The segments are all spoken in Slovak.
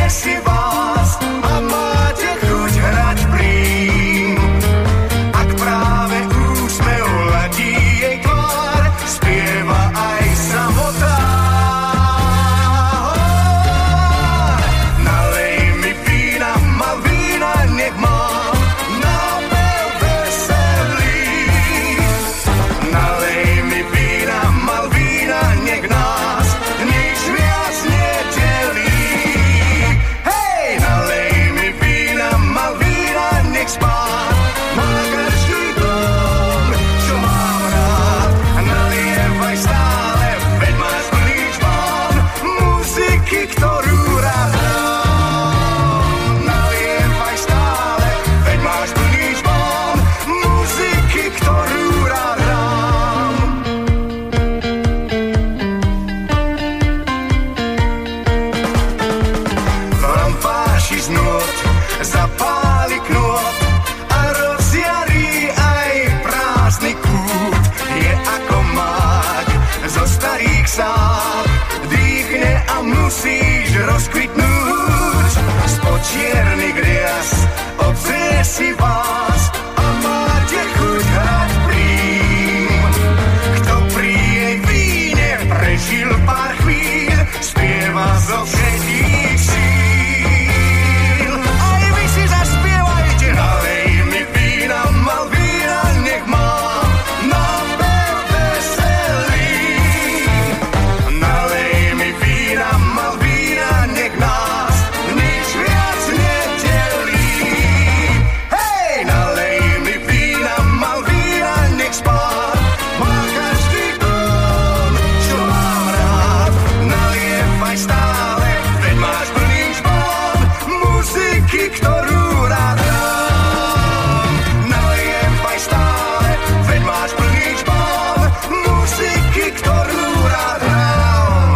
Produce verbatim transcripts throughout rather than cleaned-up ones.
si vás a máte chuť hrať plyn. Ak práve úsmev ladí jej tvár, spieva aj samotá. Nalej mi vína, Malvína, nech mám nápev veselý. Nalej mi vína, Malvína, nech nás nič viac nedelí. Hej, nalej mi vína, Malvína, nech spát má každý dom, čo mám rád. Nalievaj stále, veď máš plný čbán muziky, ktorú rád hrám. Nalievaj stále, veď máš plný čbán muziky, ktorú rád hrám. V lampáši z nôd zapáli knôt a rozjarí aj prázdny kút. Je ako mák zo starých sád, dýchne a musíš rozkvitnúť. Spod čiernych rias obzrie si vás a máte chuť hrať plyn. Kto pri jej víne prežil pár chvíľ, spieva zo všetkých síl. Aj vy si zaspievajte. Nalej mi vína, Malvína, nech mám nápev veselý. Nalej mi vína, Malvína, nech nás nič viac nedelí. Hej, nalej mi vína, Malvína, nech spát má každý dom, čo mám rád. Nalievaj stále, veď máš plný čbán muziky, ktorú rád hrám. Nalievaj stále, veď máš plný čbán muziky, ktorú rád hrám.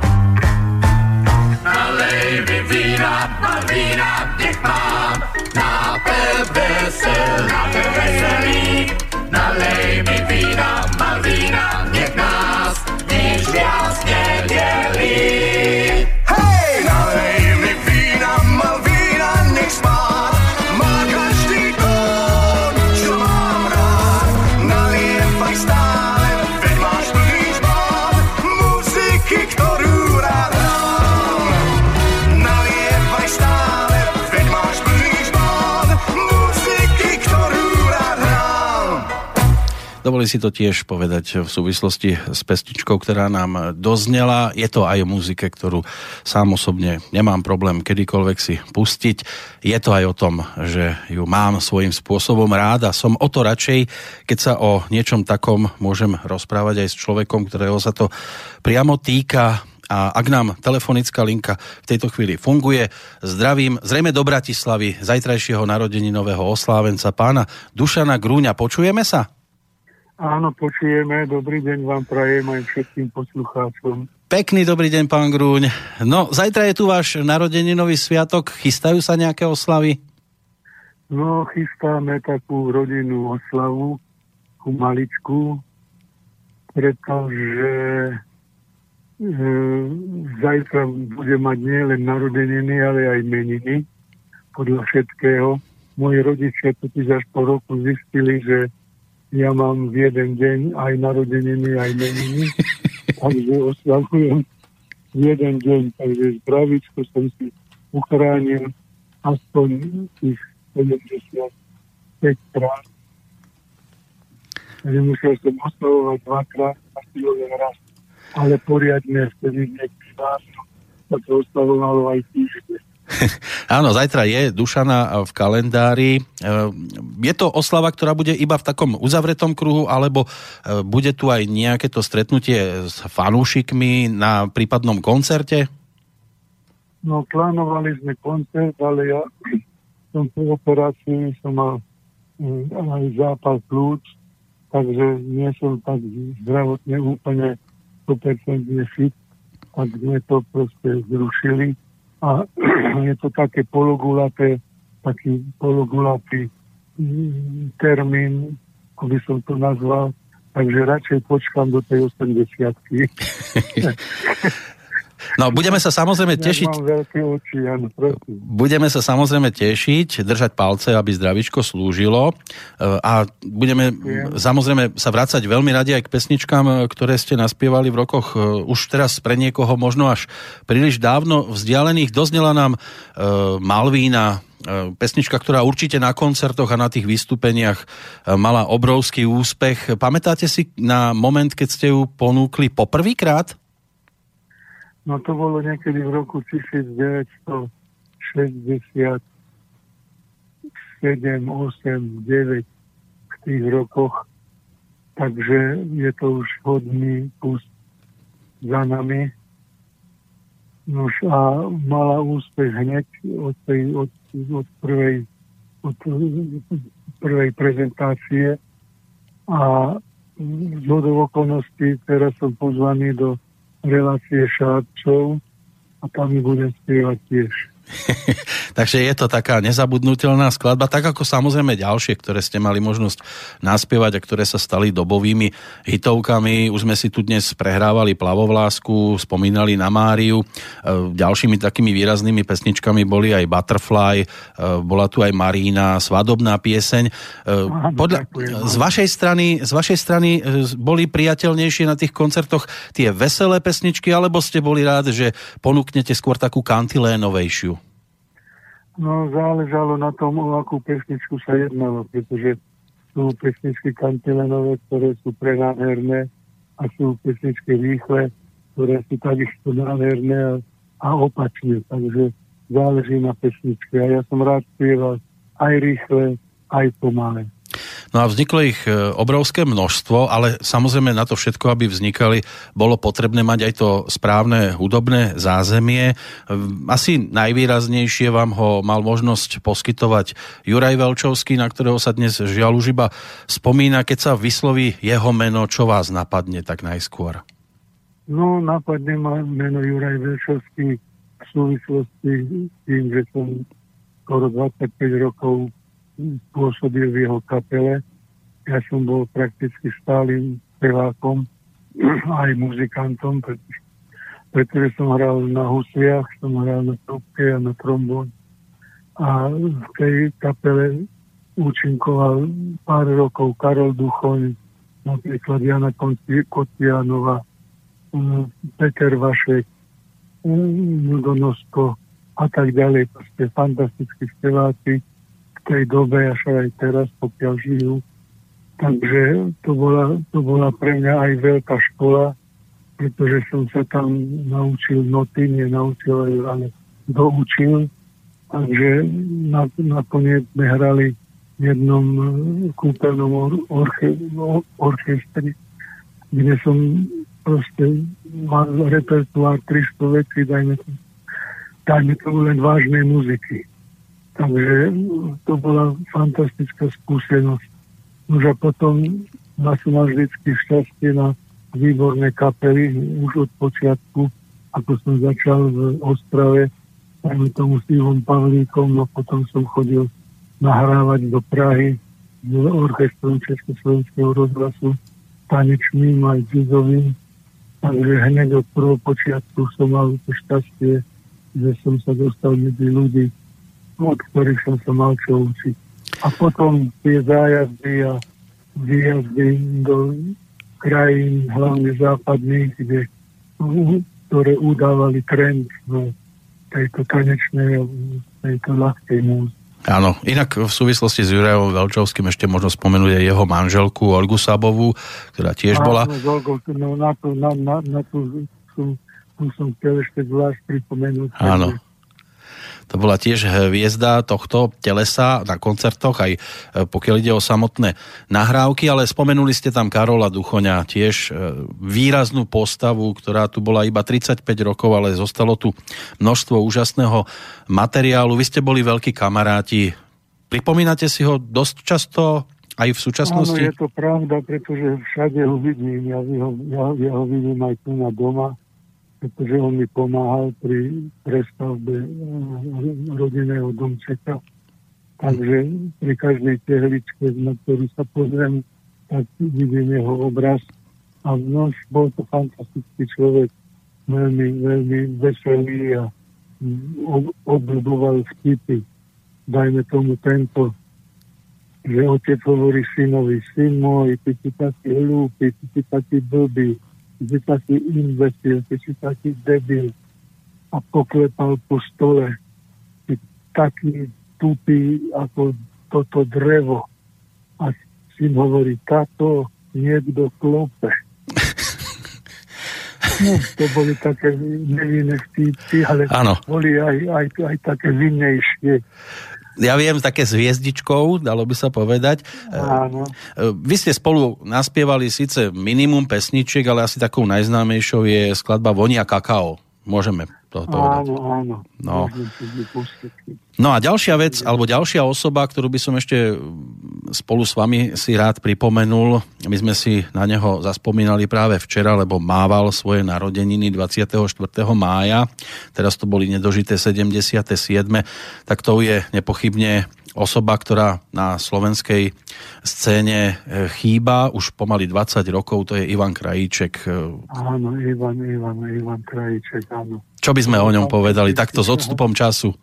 Nalej mi vína, Malvína, nech mám nápev vesel, nápev veselý. Nalej mi vína, Malvína, nech nás nič viac nedelí. Hej, nalej mi vína, Malvína, nech spát má každý tón, čo mám rád. Nalievaj stále, veď máš plný čbán muziky, ktorú rád hrám. Nalievaj stále, veď máš plný čbán muziky, ktorú rád hrám. Dovolí si to tiež povedať v súvislosti s pesničkou, ktorá nám doznela. Je to aj o muzike, ktorú sám osobne nemám problém kedykoľvek si pustiť. Je to aj o tom, že ju mám svojím spôsobom rád a som o to radšej, keď sa o niečom takom môžem rozprávať aj s človekom, ktorého sa to priamo týka. A ak nám telefonická linka v tejto chvíli funguje, zdravím zrejme do Bratislavy zajtrajšieho narodeninového oslávenca pána Dušana Grúňa. Počujeme sa? Áno, počujeme. Dobrý deň vám prajem aj všetkým poslucháčom. Pekný dobrý deň, pán Grúň. No, zajtra je tu váš narodeninový sviatok. Chystajú sa nejaké oslavy? No, chystáme takú rodinnú oslavu, takú maličku, pretože e, zajtra bude mať nielen narodeniny, ale aj meniny. Podľa všetkého. Moji rodičia totiž až po roku zistili, že ja mám v jeden deň aj narodeniny, aj meniny, takže oslavujem v jeden deň, takže zdravičko som si uchránil aspoň tých sedemdesiatpäť krát. Takže musel som oslavovať dvakrát a silový raz, ale poriadne vtedy niekedy dávno sa to oslavovalo aj týždeň. Áno, zajtra je Dušana v kalendári. Je to oslava, ktorá bude iba v takom uzavretom kruhu, alebo bude tu aj nejaké to stretnutie s fanúšikmi na prípadnom koncerte? No, plánovali sme koncert, ale ja som po operácii, som mal aj zápal plúc, takže nie som tak zdravotne úplne sto percent fit, tak sme to proste zrušili. A je to také pologulaté, taký pologulatý termín, ako by som to nazval, takže radšej počkám do tej osemdesiatky. No, budeme sa samozrejme tešiť. Ja mám veľké oči, áno, prosím. Budeme sa samozrejme tešiť, držať palce, aby zdravíčko slúžilo a budeme ja. samozrejme sa vrácať veľmi radi aj k pesničkám, ktoré ste naspievali v rokoch už teraz pre niekoho možno až príliš dávno vzdialených. Doznela nám uh, Malvína, pesnička, ktorá určite na koncertoch a na tých vystúpeniach mala obrovský úspech. Pamätáte si na moment, keď ste ju ponúkli poprvýkrát? No to bolo niekedy v roku devätnásťstošesťdesiatsedem, osem, deväť v tých rokoch. Takže je to už hodný kus za nami. Nož a mala úspech hneď od, tej, od, od, prvej, od prvej prezentácie. A z hodou okolností teraz som pozvaný do relácie Šárčov a tam mi budem spievať tiež. Takže je to taká nezabudnutelná skladba, tak ako samozrejme ďalšie, ktoré ste mali možnosť naspievať a ktoré sa stali dobovými hitovkami. Už sme si tu dnes prehrávali Plavovlásku, spomínali na Máriu. Ďalšími takými výraznými pesničkami boli aj Butterfly, bola tu aj Marína, svadobná pieseň. Podľa, z vašej strany, z vašej strany boli priateľnejšie na tých koncertoch tie veselé pesničky, alebo ste boli rád, že ponúknete skôr takú kantilénovejšiu? No, záležalo na tom, o akú pesničku sa jednalo, pretože sú pesničky kantilenové, ktoré sú prenádherné a sú pesničky rýchle, ktoré sú takisto nádherné a, a opačne. Takže záleží na pesničke. A ja som rád spieval aj rýchle, aj pomalé. No a vzniklo ich obrovské množstvo, ale samozrejme na to všetko, aby vznikali, bolo potrebné mať aj to správne hudobné zázemie. Asi najvýraznejšie vám ho mal možnosť poskytovať Juraj Velčovský, na ktorého sa dnes žiaľ už iba spomína. Keď sa vysloví jeho meno, čo vás napadne tak najskôr? No, napadne ma meno Juraj Velčovský v súvislosti s tým, že som skoro dvadsaťpäť rokov pôsobil v jeho kapele. Ja som bol prakticky stálym spevákom, aj muzikantom, pretože, pretože som hral na husliach, som hral na trúbke a na trombón. A v tej kapele účinkoval pár rokov Karol Duchoň, napríklad Jana Kotianova, Peter Vašek, Nudo Nosko a tak ďalej. Proste fantastickí speváci tej dobe, až aj teraz, pokiaľ žijú. Takže to bola, to bola pre mňa aj veľká škola, pretože som sa tam naučil noty, nenaučil, ale doučil. Takže nakoniec sme hrali v jednom kúpeľnom or- orche- orchestri, kde som proste mal repertoár tristo vecí, dajme to, dajme to len vážnej muziky. Takže to bola fantastická skúsenosť. Už a potom ma som mal vždycky šťastie na výborné kapely, už od počiatku, ako som začal v Ostrave, aj tomu s Ivom Pavlíkom, no potom som chodil nahrávať do Prahy s orchestrom Československého rozhlasu, tanečným aj jazzovým. Takže hneď od prvého počiatku som mal to šťastie, že som sa dostal medzi ľudí, od ktorých som sa mal čo učiť. A potom tie zájazdy a výjazdy do krajín, hlavne západných, kde, ktoré udávali trend v tejto tanečnej, tejto ľahkej múzike. Áno, inak v súvislosti s Jurajom Velčovským ešte možno spomenúť aj jeho manželku Olgu Sabovú, ktorá tiež Áno, bola... No, na to, na, na, na to som, som chcel ešte zvlášť pripomenúť. Áno. To bola tiež hviezda tohto telesa na koncertoch, aj pokiaľ ide o samotné nahrávky, ale spomenuli ste tam Karola Duchoňa, tiež výraznú postavu, ktorá tu bola iba tridsaťpäť rokov, ale zostalo tu množstvo úžasného materiálu. Vy ste boli veľkí kamaráti. Pripomínate si ho dosť často aj v súčasnosti? Áno, je to pravda, pretože všade ho vidím. Ja ho, ja, ja ho vidím aj tu na doma, pretože on mi pomáhal pri prestavbe rodinného domčeka. Takže pri každej tehličke, na ktorú sa pozriem, tak vidím jeho obraz. A nož bol to fantastický človek. veľmi, veľmi veselý a obľuboval vtipy. Dajme tomu tento, že otec hovorí synovi, syn môj, ty si taký hlúpy, ty si taký blbý, ty si taký imbecil, ty si taký debil. A poklepal po stole. Ty taký tupý ako toto drevo. A syn hovorí, táto niekto klope. No, to boli také nevinné vtipy, ale ano. Boli aj, aj, aj také vinnejšie. Ja viem, také s hviezdičkou, dalo by sa povedať. Áno. Vy ste spolu naspievali síce minimum pesničiek, ale asi takou najznámejšou je skladba Vonia kakao. Môžeme to povedať. Áno, áno. No. no a ďalšia vec, alebo ďalšia osoba, ktorú by som ešte spolu s vami si rád pripomenul, my sme si na neho zaspomínali práve včera, lebo mával svoje narodeniny dvadsiateho štvrtého mája, teraz to boli nedožité sedemdesiate siedme tak to je nepochybne osoba, ktorá na slovenskej scéne chýba už pomaly dvadsať rokov, to je Ivan Krajíček. Áno, Ivan, Ivan, Ivan Krajíček, áno. Čo by sme o ňom povedali takto s odstupom času?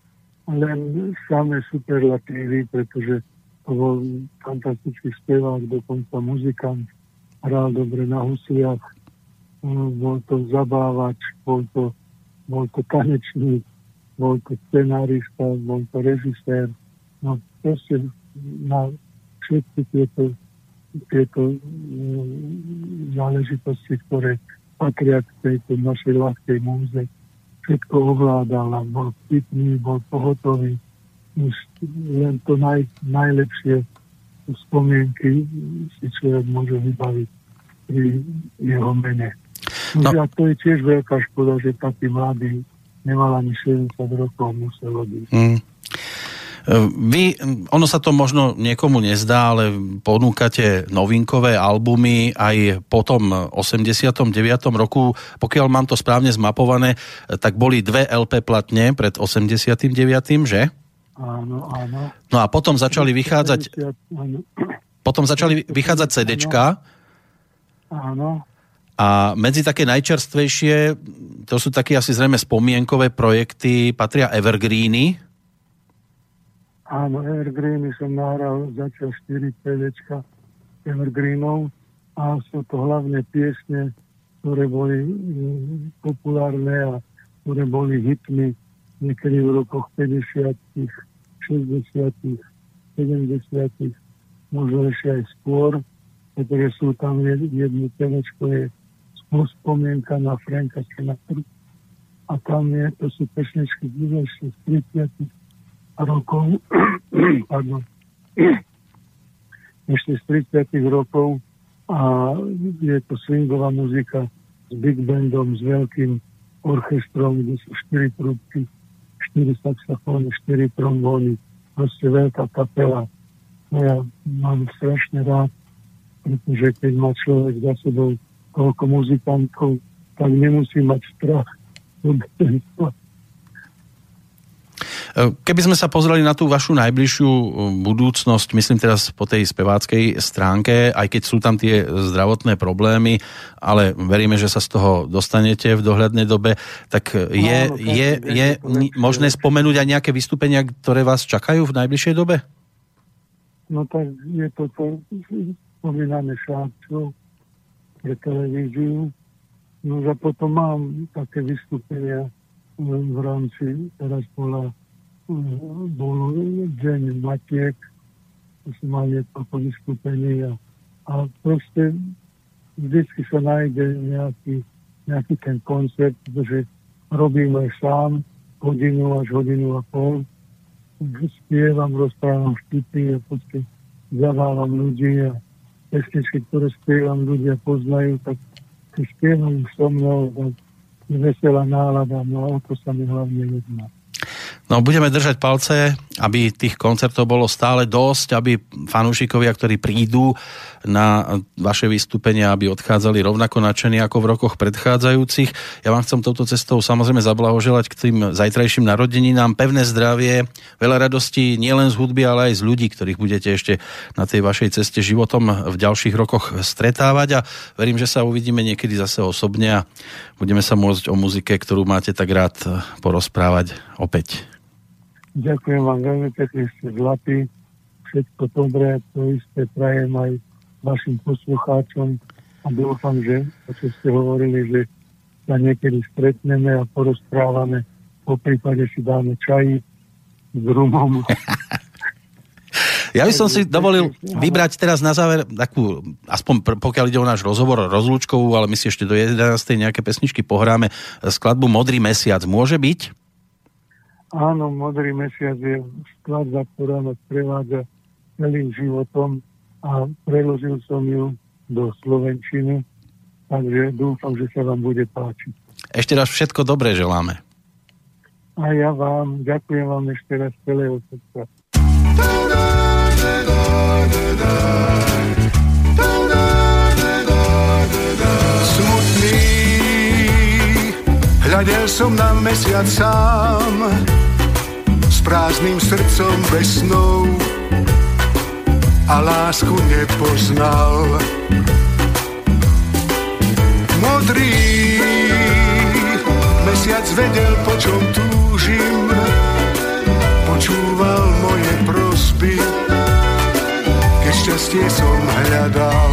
Len samé superlatívy, pretože to bol fantastický spevák, dokonca muzikant, hral dobre na husliach, bol to zabávač, bol to, bol to tanečník, bol to scenárista, bol to režisér. No proste na všetky tieto, tieto záležitosti, ktoré patria k tejto našej ľahkej múze, všetko ovládal a bol vtipný, bol pohotový. Už len to naj, najlepšie spomienky si človek môže vybaviť pri jeho mene. No. A to je tiež veľká škoda, že taký mladý nemal ani šesťdesiat rokov, musel odísť. Mm. Vy, ono sa to možno niekomu nezdá, ale ponúkate novinkové albumy aj po tom osemdesiatom deviatom roku. Pokiaľ mám to správne zmapované, tak boli dve el pé platne pred osemdesiatym deviatym že? Áno, áno. No a potom začali vychádzať potom začali vychádzať cédečka. Áno. A medzi také najčerstvejšie, to sú také asi zrejme spomienkové projekty, patria Evergreeny. Áno, Evergreeny som nahral zatiaľ štyri cédečka Evergreenov a sú to hlavne piesne, ktoré boli populárne a ktoré boli hitmi niekedy v rokoch päťdesiatych, šesťdesiatych, sedemdesiatych, možno ešte aj skôr, pretože sú tam jedno cédečko je spomienka na Franka Sinatru a tam je, to sú pesničky z tridsiatych rokov, pardon, ešte z tridsiatych rokov a je to swingová muzika s big bandom, s veľkým orchestrom, kde sú štyri trúbky, štyri saxofóny, štyri trombóny, proste veľká kapela. No ja mám strašne rád, pretože keď má človek za sebou toľko muzikantov, tak nemusí mať strach. Keby sme sa pozreli na tú vašu najbližšiu budúcnosť, myslím teraz po tej speváckej stránke, aj keď sú tam tie zdravotné problémy, ale veríme, že sa z toho dostanete v dohľadnej dobe, tak je, no, no, je, je možné spomenúť aj nejaké vystúpenia, ktoré vás čakajú v najbližšej dobe? No tak je to to spomínané šáčov pre televíziu. No a potom mám také vystúpenia v rámci, teraz bola bol deň Matiek, to som mal niekoľko vystúpení a, a proste vždycky sa nájde nejaký, nejaký ten koncert, pretože robíme sám hodinu až hodinu a pol. Spievam, rozprávam vtipy a poďte zavávam ľudí a pesničky, ktoré spievam, ľudia poznajú, tak si spievam so mnou, tak je veselá nálada, no a o to sa mi hlavne jedná. No, budeme držať palce, aby tých koncertov bolo stále dosť, aby fanúšikovia, ktorí prídu na vaše vystúpenia, aby odchádzali rovnako nadšení ako v rokoch predchádzajúcich. Ja vám chcem touto cestou samozrejme zablahoželať k tým zajtrajším narodeninám, pevné zdravie, veľa radostí nielen z hudby, ale aj z ľudí, ktorých budete ešte na tej vašej ceste životom v ďalších rokoch stretávať, a verím, že sa uvidíme niekedy zase osobne a budeme sa môcť o muzike, ktorú máte tak rád, porozprávať opäť. Ďakujem vám veľmi pekne, ste zlatí. Všetko dobré, to isté prajem aj vašim poslucháčom a dúfam, že to, čo ste hovorili, že sa niekedy stretneme a porozprávame, po prípade si dáme čají s rumom. Ja by som si dovolil vybrať teraz na záver takú, aspoň pokiaľ ide o náš rozhovor rozlúčkovú, ale my si ešte do jedenástej nejaké pesničky pohráme, skladbu Modrý mesiac. Môže byť? Áno, Modrý mesiac je skladba, ktorá ma sprevádza celým životom a preložil som ju do slovenčiny, takže dúfam, že sa vám bude páčiť. Ešte raz všetko dobré želáme. A ja vám, ďakujem vám ešte raz celého srdca. Smutný, hľadel som na mesiac sám, s prázdnym srdcom bez snov a lásku nepoznal. Modrý mesiac vedel, po čom túžim, počúval moje prosby, keď šťastie som hľadal.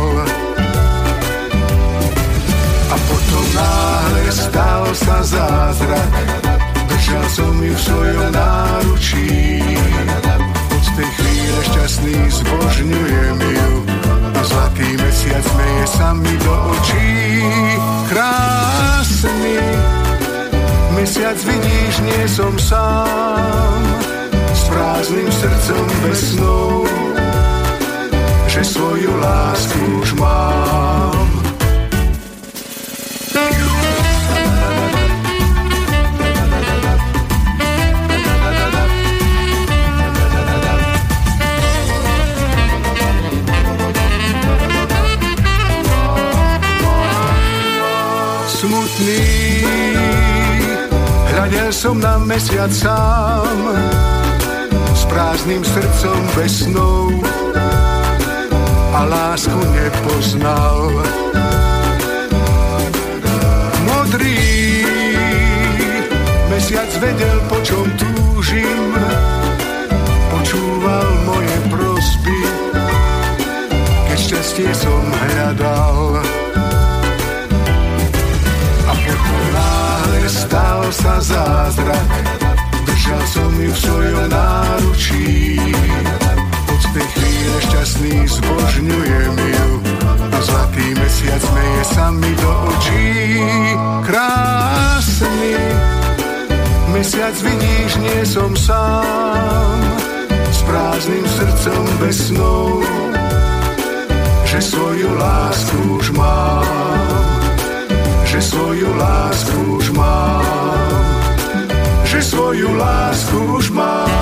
A potom náhle stal sa zázrak, držal som ju v svojom náručí. Od tej chvíle šťastný zbožňujem ju a zlatý mesiac smeje sa mi do očí. Krásny mesiac, vidíš, nie som sám, s prázdnym srdcom bez snov, že svoju lásku už mám. Smutný, hľadel som na mesiac sám, s prázdnym srdcom bez snov a lásku nepoznal. Modrý mesiac vedel, po čom túžim, počúval moje prosby, keď šťastie som hľadal. Náhle stal sa zázrak, držal som ju v svojom náručí. Od tej chvíle šťastný zbožňujem ju a zlatý mesiac smeje sa mi do očí. Krásny mesiac, vidíš, nie som sám, s prázdnym srdcom bez snov, že svoju lásku už mám. Že svoju lásku už mám, že svoju lásku už mám.